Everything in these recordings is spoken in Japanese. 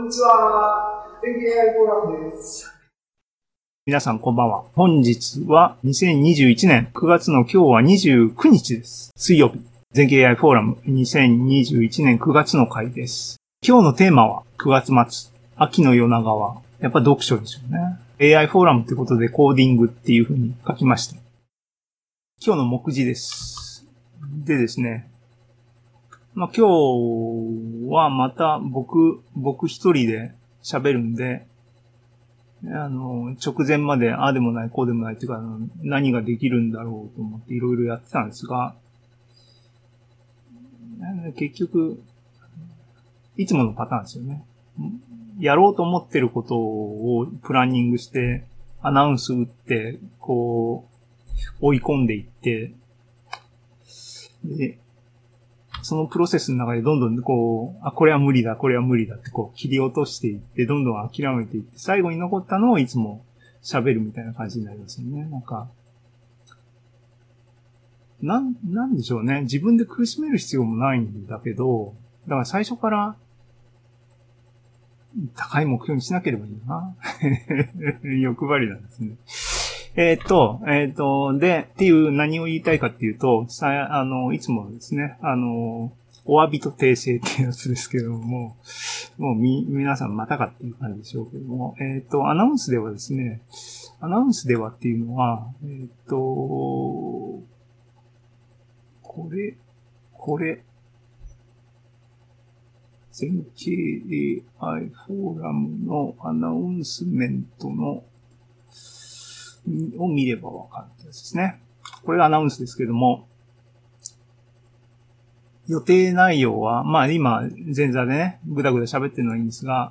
にちは。全景 AI フォーラムです。 皆さんこんばんは。本日は2021年9月の今日は29日です。水曜日。全景 AI フォーラム2021年9月の回です。今日のテーマは9月末。秋の夜長はやっぱ読書でしょうね。AI フォーラムってことでコーディングっていう風に書きました。今日の目次です。でですね。今日はまた僕一人で喋るんで、直前までああでもないこうでもないっていうか、何ができるんだろうと思っていろいろやってたんですが、結局、いつものパターンですよね。やろうと思ってることをプランニングして、アナウンス打って、追い込んでいって、で、そのプロセスの中でどんどんこれは無理だ、これは無理だって切り落としていって、どんどん諦めていって、最後に残ったのをいつも喋るみたいな感じになりますよね。なんでしょうね。自分で苦しめる必要もないんだけど、だから最初から高い目標にしなければいいな。欲張りなんですね。っていう何を言いたいかっていうと、いつもですね、お詫びと訂正っていうやつですけども、もう皆さんまたかっていう感じでしょうけども、アナウンスではですね、アナウンスではっていうのは、これ、全景 AI フォーラムのアナウンスメントを見ればわかるってやつですね。これがアナウンスですけども、予定内容は、今、前座でね、ぐだぐだ喋ってるのはいいんですが、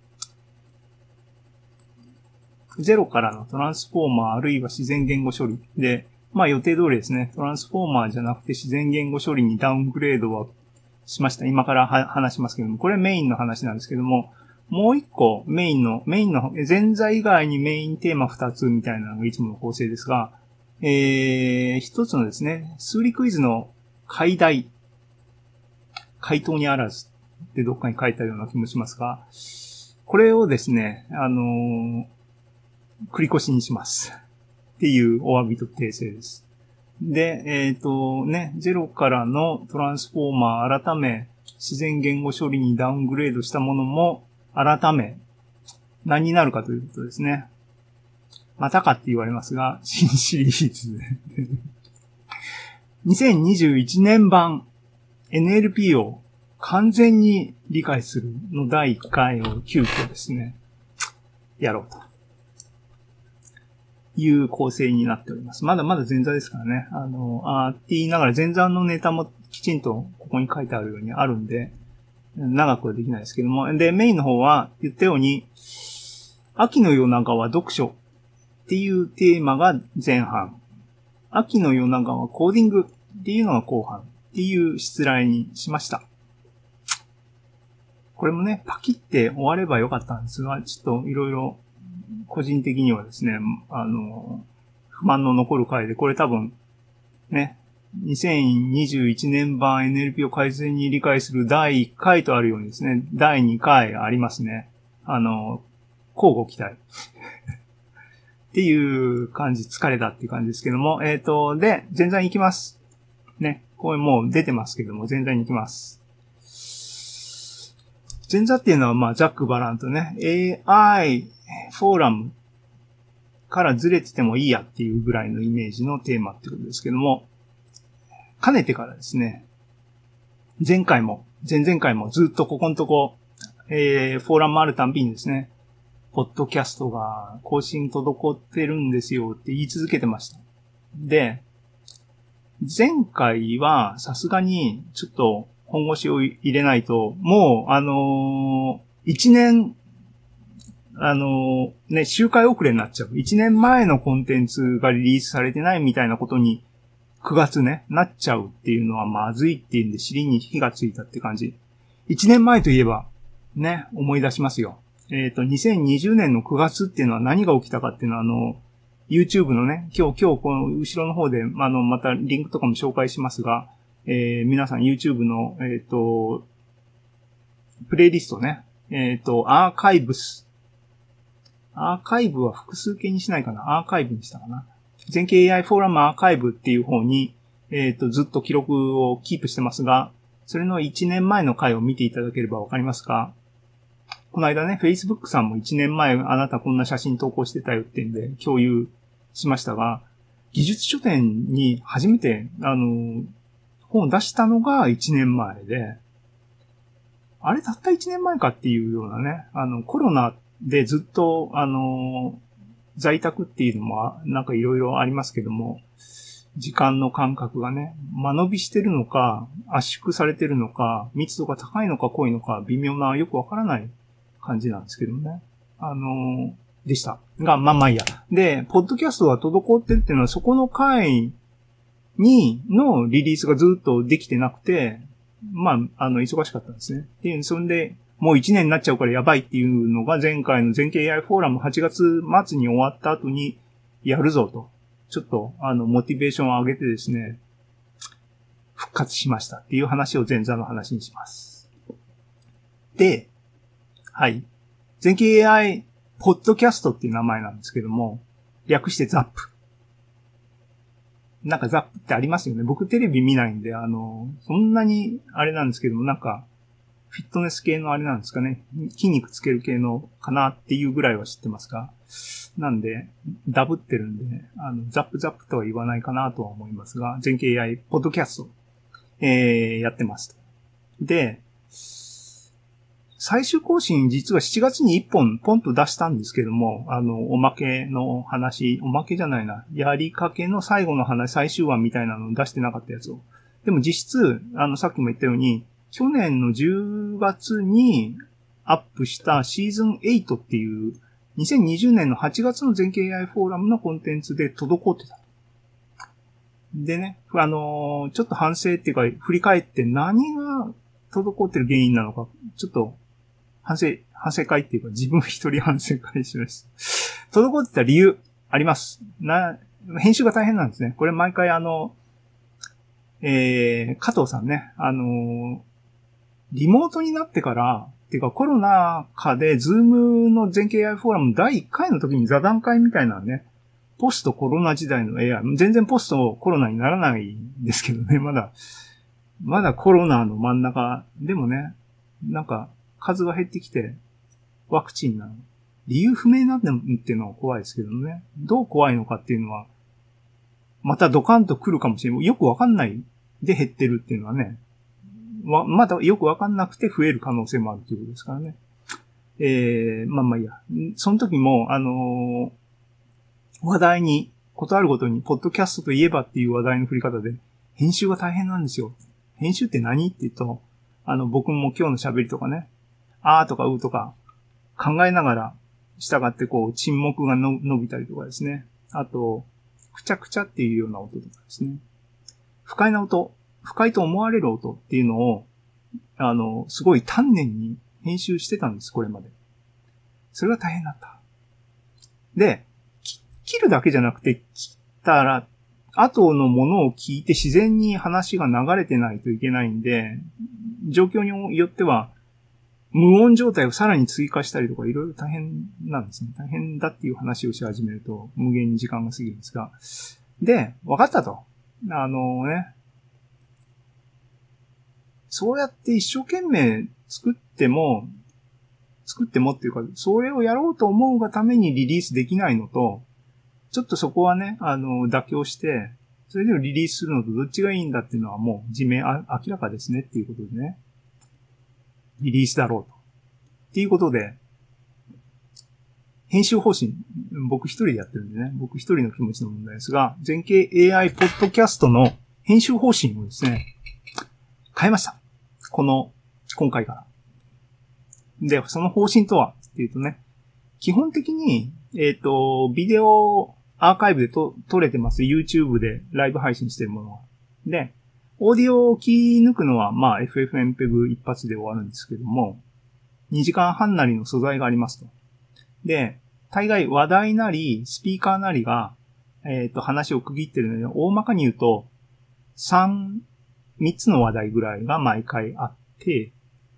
ゼロからのトランスフォーマーあるいは自然言語処理で、予定通りですね、トランスフォーマーじゃなくて自然言語処理にダウングレードはしました。今から話しますけども、これメインの話なんですけども、もう一個メインの、前座以外にメインテーマ2つみたいなのがいつもの構成ですが、一つのですね、数理クイズの回答にあらずってどっかに書いてあるような気もしますが、これをですね、繰り越しにします。っていうお詫びと訂正です。で、ゼロからのトランスフォーマー改め、自然言語処理にダウングレードしたものも改め、何になるかということですね。またかって言われますが、新シリーズ。2021年版 NLP を完全に理解するの第1回を急遽ですね、やろうと。いう構成になっております。まだまだ前座ですからね。って言いながら前座のネタもきちんとここに書いてあるようにあるんで、長くはできないですけども。で、メインの方は言ったように、秋の夜長は読書っていうテーマが前半。秋の夜長はコーディングっていうのが後半っていう失礼にしました。これもね、パキって終わればよかったんですが、ちょっといろいろ個人的にはですね、不満の残る回で、これ多分、ね、2021年版 NLP を改善に理解する第1回とあるようにですね、第2回ありますね。交互期待。っていう感じ、疲れたっていう感じですけども、で、前座に行きます。ね、これもう出てますけども、前座に行きます。前座っていうのは、ザックバランとね、AI フォーラムからずれててもいいやっていうぐらいのイメージのテーマってことですけども、かねてからですね、前回も、前々回もずっとここのとこ、フォーラムあるたんびにですね、ポッドキャストが更新滞ってるんですよって言い続けてました。で、前回はさすがにちょっと本腰を入れないと、もう1年、周回遅れになっちゃう。1年前のコンテンツがリリースされてないみたいなことに9月ね、なっちゃうっていうのはまずいっていうんで尻に火がついたって感じ。1年前といえば、ね、思い出しますよ。2020年の9月っていうのは何が起きたかっていうのはYouTube のね、今日この後ろの方で、またリンクとかも紹介しますが、皆さん YouTube の、プレイリストね、 アーカイブス。アーカイブは複数形にしないかな。アーカイブにしたかな。全景 AI フォーラムアーカイブっていう方に、ずっと記録をキープしてますが、それの1年前の回を見ていただければわかりますか？この間ね、Facebook さんも1年前あなたこんな写真投稿してたよってんで共有しましたが、技術書店に初めて、本を出したのが1年前で、あれたった1年前かっていうようなね、コロナでずっと、在宅っていうのもなんかいろいろありますけども、時間の感覚がね、間延びしてるのか、圧縮されてるのか、密度が高いのか濃いのか、微妙なよくわからない感じなんですけどね。でした。が、まあいいや。で、ポッドキャストが滞ってるっていうのは、そこの回のリリースがずっとできてなくて、忙しかったんですね。で、そんで、もう1年になっちゃうからやばいっていうのが前回の全景 AI フォーラム8月末に終わった後にやるぞと。ちょっと、モチベーションを上げてですね、復活しましたっていう話を前座の話にします。で、はい。全景 AI ポッドキャストっていう名前なんですけども、略してザップ。なんかザップってありますよね。僕テレビ見ないんで、そんなにあれなんですけども、なんか、フィットネス系のあれなんですかね。筋肉つける系のかなっていうぐらいは知ってますが。なんで、ダブってるんで、ザップザップとは言わないかなとは思いますが、全景 AI ポッドキャスト、やってます。で、最終更新実は7月に1本ポンと出したんですけども、おまけの話、おまけじゃないな、やりかけの最後の話、最終話みたいなのを出してなかったやつを。でも実質、さっきも言ったように、去年の10月にアップしたシーズン8っていう、2020年の8月の全景 AI フォーラムのコンテンツで滞ってた。でね、ちょっと反省っていうか、振り返って何が滞ってる原因なのか、ちょっと反省会っていうか、自分一人反省会しました。滞ってた理由あります。編集が大変なんですね。これ毎回加藤さんね、リモートになってから、っていうかコロナ禍でズームの全景 AI フォーラム第1回の時に座談会みたいなね、ポストコロナ時代の AI、全然ポストコロナにならないんですけどね、まだコロナの真ん中でもね、なんか数が減ってきてワクチンなの。理由不明なんていうのは怖いですけどね。どう怖いのかっていうのは、またドカンと来るかもしれない。よくわかんないで減ってるっていうのはね、まだよくわかんなくて増える可能性もあるということですからね。まあいいや。その時も、話題に、ことあるごとに、ポッドキャストといえばっていう話題の振り方で、編集が大変なんですよ。編集って何って言うと、僕も今日の喋りとかね、あーとかうーとか考えながら、従ってこう、沈黙が伸びたりとかですね。あと、くちゃくちゃっていうような音とかですね。不快な音、不快と思われる音っていうのを、すごい丹念に編集してたんです、これまで。それが大変だった。で、切るだけじゃなくて、切ったら、後のものを聞いて自然に話が流れてないといけないんで、状況によっては、無音状態をさらに追加したりとかいろいろ大変なんですね。大変だっていう話をし始めると無限に時間が過ぎるんですが。で、分かったと。そうやって一生懸命作ってもっていうか、それをやろうと思うがためにリリースできないのと、ちょっとそこはね、妥協して、それでもリリースするのとどっちがいいんだっていうのはもう明らかですねっていうことでね。リリースだろうと。っていうことで、編集方針、僕一人でやってるんでね、僕一人の気持ちの問題ですが、全景 AI ポッドキャストの編集方針をですね、変えました。今回から。で、その方針とはっていうとね、基本的に、ビデオアーカイブで撮れてます。YouTube でライブ配信してるものは。で、オーディオを切り抜くのは、FFmpeg 一発で終わるんですけども、2時間半なりの素材がありますと。で、大概話題なり、スピーカーなりが、話を区切ってるので、大まかに言うと、3つの話題ぐらいが毎回あって、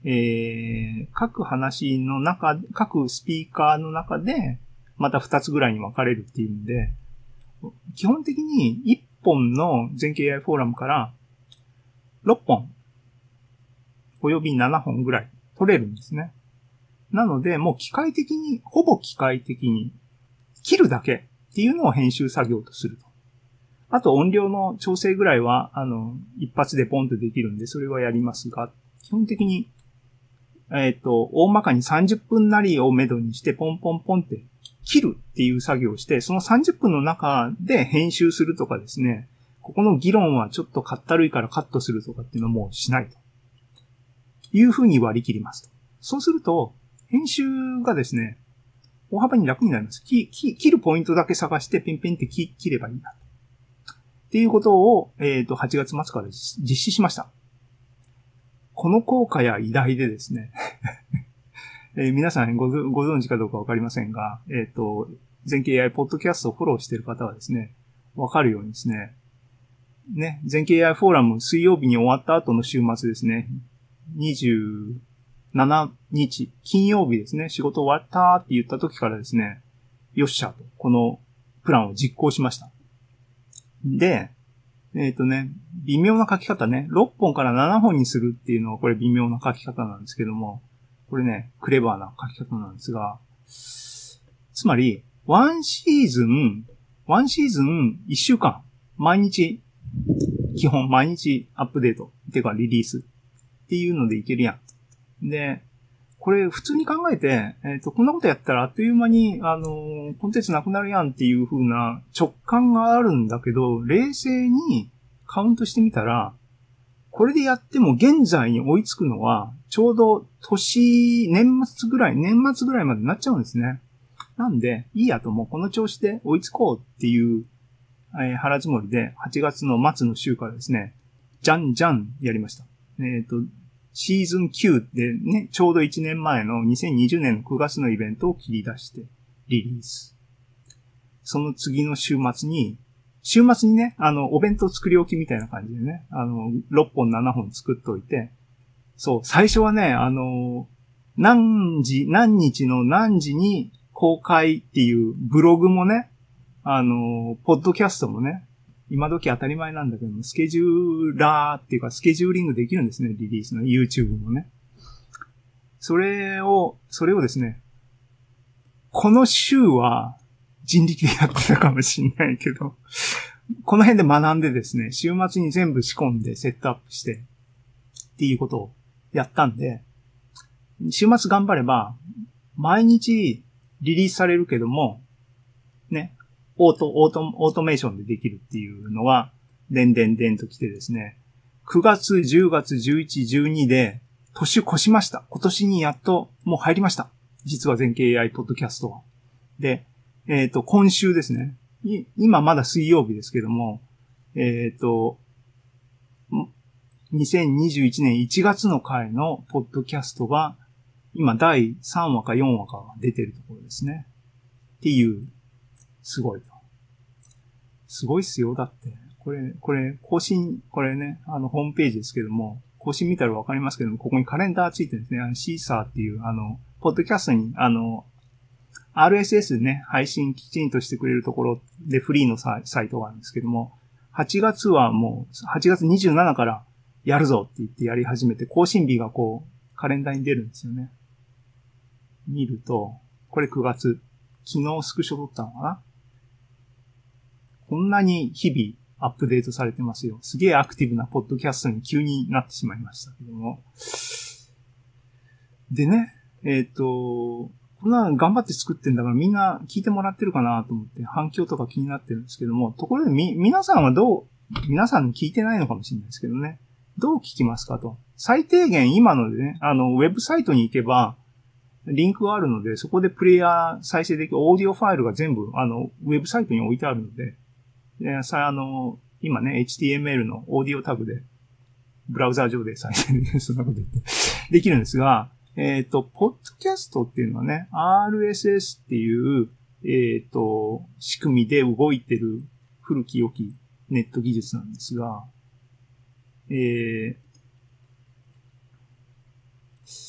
各話の中、各スピーカーの中で、また2つぐらいに分かれるっていうんで、基本的に1本の全景 AI フォーラムから6本、および7本ぐらい取れるんですね。なので、もう機械的に、ほぼ機械的に、切るだけっていうのを編集作業とすると。あと音量の調整ぐらいは、一発でポンとできるんで、それはやりますが、基本的に、大まかに30分なりをめどにして、ポンポンポンって切るっていう作業をして、その30分の中で編集するとかですね、ここの議論はちょっとかったるいからカットするとかっていうのもしないというふうに割り切りますと。そうすると、編集がですね、大幅に楽になります。切るポイントだけ探してピンピンって切ればいいな。っていうことを、8月末から実施しました。この効果や偉大でですね、皆さんご存知かどうかわかりませんが、全景 AI ポッドキャストをフォローしている方はですね、わかるようにですね、全景 AI フォーラム水曜日に終わった後の週末ですね、27日、金曜日ですね、仕事終わったって言った時からですね、よっしゃと、このプランを実行しました。で、微妙な書き方ね、6本から7本にするっていうのはこれ微妙な書き方なんですけども、これね、クレバーな書き方なんですが、つまり、1シーズン1週間、毎日、基本毎日アップデート、っていうかリリースっていうのでいけるやん。で、これ普通に考えて、こんなことやったらあっという間に、コンテンツなくなるやんっていう風な直感があるんだけど、冷静にカウントしてみたら、これでやっても現在に追いつくのは、ちょうど年末ぐらいまでなっちゃうんですね。なんで、いいやともうこの調子で追いつこうっていう、腹積もりで、8月の末の週からですね、じゃんじゃんやりました。シーズン9でね、ちょうど1年前の2020年の9月のイベントを切り出してリリース。その次の週末にね、お弁当作り置きみたいな感じでね、6本7本作っといて、そう、最初はね、何日の何時に公開っていうブログもね、ポッドキャストもね、今時当たり前なんだけども、スケジューラーっていうかスケジューリングできるんですね、リリースの YouTube もね。それをですね、この週は人力でやってたかもしれないけど、この辺で学んでですね、週末に全部仕込んでセットアップしてっていうことをやったんで、週末頑張れば毎日リリースされるけども、ね、オートメーションでできるっていうのが、でんと来てですね、9月、10月、11、12で、年越しました。今年にやっと、もう入りました。実は全景 AI ポッドキャストは。で、今週ですね。今まだ水曜日ですけども、2021年1月の回のポッドキャストが、今第3話か4話かが出てるところですね。っていう、すごいと。すごいっすよ。だって。これ、更新、これね、ホームページですけども、更新見たらわかりますけども、ここにカレンダーついてるんですね。シーサーっていう、ポッドキャストに、RSS でね、配信きちんとしてくれるところでフリーのサイトがあるんですけども、8月はもう、8月27からやるぞって言ってやり始めて、更新日がこう、カレンダーに出るんですよね。見ると、これ9月。昨日スクショ撮ったのかな？こんなに日々アップデートされてますよ。すげえアクティブなポッドキャストに急になってしまいましたけども。でね、こんな頑張って作ってんだからみんな聞いてもらってるかなと思って反響とか気になってるんですけども、ところで皆さんは皆さん聞いてないのかもしれないですけどね。どう聞きますかと。最低限今のでね、ウェブサイトに行けば、リンクがあるので、そこでプレイヤー再生できるオーディオファイルが全部、ウェブサイトに置いてあるので、今ね、HTML のオーディオタグで、ブラウザー上で再生できる、そんなこと言って、できるんですが、ポッドキャストっていうのはね、RSS っていう、仕組みで動いてる古き良きネット技術なんですが、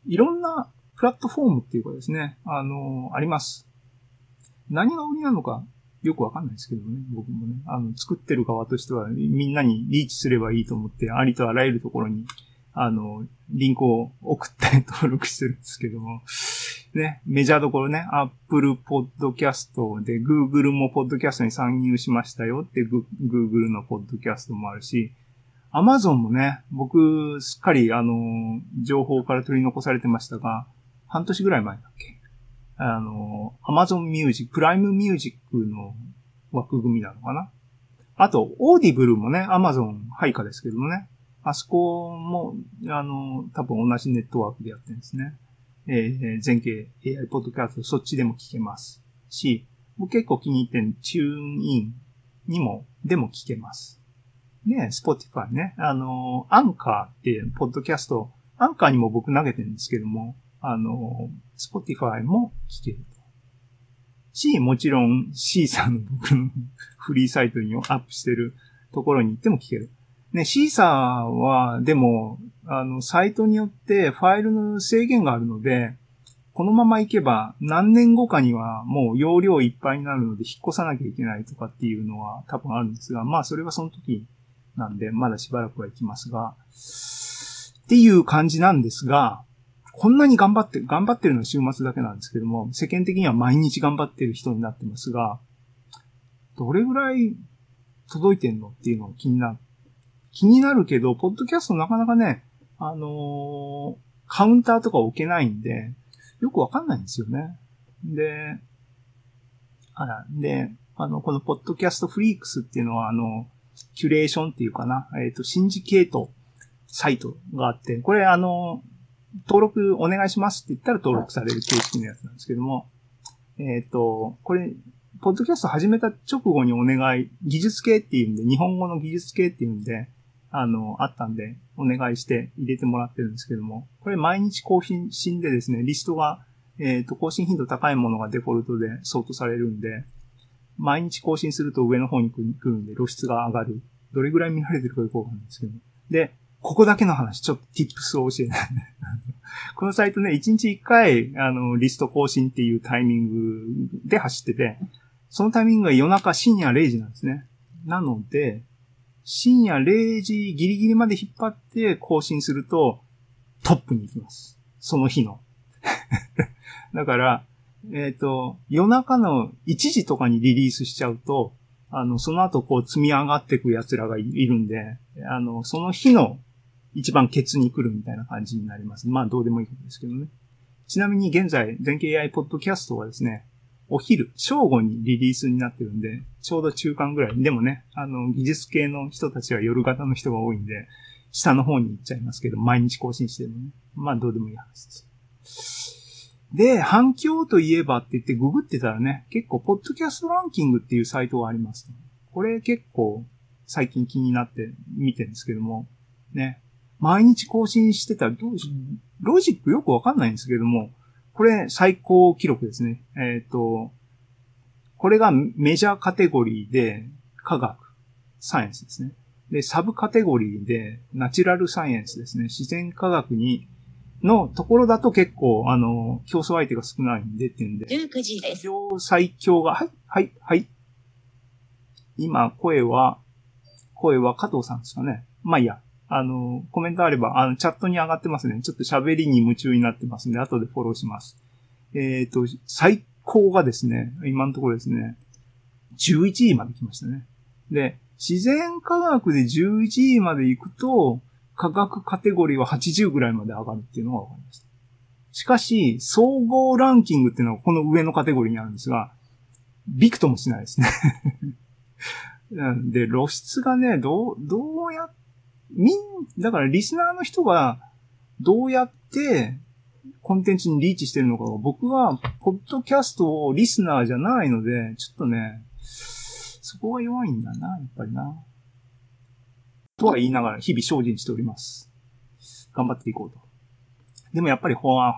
いろんなプラットフォームっていうかですね、あります。何が売りなのかよくわかんないですけどね、僕もね。作ってる側としてはみんなにリーチすればいいと思って、ありとあらゆるところに、リンクを送って登録してるんですけども、ね、メジャーどころね、Apple Podcast で Google も Podcast に参入しましたよって Google の Podcast もあるし、Amazon もね、僕、すっかり情報から取り残されてましたが、半年ぐらい前だっけAmazon Music、プライムミュージックの枠組みなのかな。あと、Audible もね、Amazon 配下ですけどもね。あそこも、多分同じネットワークでやってるんですね。全景 AI ポッドキャスト、そっちでも聞けますし、僕結構気に入ってるチューンインでも聞けます。で、Spotify ね、アンカーっていうポッドキャスト、アンカーにも僕投げてるんですけども、Spotify も聞けると。もちろん C さんの僕のフリーサイトにアップしてるところに行っても聞ける。ね、C さんは、でも、サイトによってファイルの制限があるので、このまま行けば何年後かにはもう容量いっぱいになるので引っ越さなきゃいけないとかっていうのは多分あるんですが、まあそれはその時なんでまだしばらくは行きますが、っていう感じなんですが、こんなに頑張ってるのは週末だけなんですけども、世間的には毎日頑張ってる人になってますが、どれぐらい届いてんのっていうのが気になるけど、ポッドキャストなかなかね、カウンターとか置けないんで、よくわかんないんですよね。で、このポッドキャストフリークスっていうのは、キュレーションっていうかな、シンジケートサイトがあって、これ登録お願いしますって言ったら登録される形式のやつなんですけども、これ、ポッドキャスト始めた直後にお願い、技術系っていうんで、日本語の技術系っていうんで、あったんで、お願いして入れてもらってるんですけども、これ毎日更新でですね、リストが、更新頻度高いものがデフォルトでソートされるんで、毎日更新すると上の方に来るんで露出が上がる。どれぐらい見られてるかよくわかんないんですけど。で、ここだけの話、ちょっと tips を教えない。このサイトね、1日1回、リスト更新っていうタイミングで走ってて、そのタイミングが夜中深夜0時なんですね。なので、深夜0時ギリギリまで引っ張って更新するとトップに行きます。その日の。だから、夜中の1時とかにリリースしちゃうと、その後こう積み上がっていく奴らがいるんで、その日の一番ケツに来るみたいな感じになります。まあどうでもいいことですけどね。ちなみに現在、全景 AI ポッドキャストはですね、正午にリリースになってるんで、ちょうど中間ぐらい。でもね、技術系の人たちは夜型の人が多いんで、下の方に行っちゃいますけど、毎日更新してるのね。まあどうでもいい話です。で、反響といえばって言ってググってたらね、結構、ポッドキャストランキングっていうサイトがあります。これ結構、最近気になって見てるんですけども、ね、毎日更新してたら、ロジックよくわかんないんですけども、これ最高記録ですね。これがメジャーカテゴリーで科学、サイエンスですね。で、サブカテゴリーでナチュラルサイエンスですね。自然科学のところだと結構、競争相手が少ないんでっていうんで。 19時です。 史上最強が、はい。今、声は加藤さんですかね。まあいいや。コメントあれば、チャットに上がってますね。ちょっと喋りに夢中になってますんで、後でフォローします。最高がですね、今のところですね、11位まで来ましたね。で、自然科学で11位まで行くと、科学カテゴリーは80ぐらいまで上がるっていうのが分かりました。しかし、総合ランキングっていうのはこの上のカテゴリーにあるんですが、びくともしないですね。で、露出がね、だからリスナーの人がどうやってコンテンツにリーチしてるのかが、僕はポッドキャストをリスナーじゃないので、ちょっとね、そこが弱いんだな、やっぱりな。とは言いながら日々精進しております。頑張っていこうと。でもやっぱり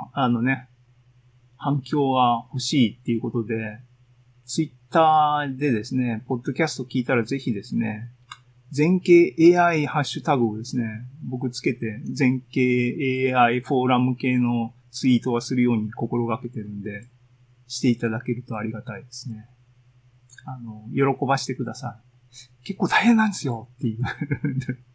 反響が欲しいっていうことで、ツイッターでですね、ポッドキャスト聞いたらぜひですね、全景 AI ハッシュタグをですね、僕つけて、全景 AI フォーラム系のツイートはするように心がけてるんで、していただけるとありがたいですね。喜ばしてください。結構大変なんですよっていう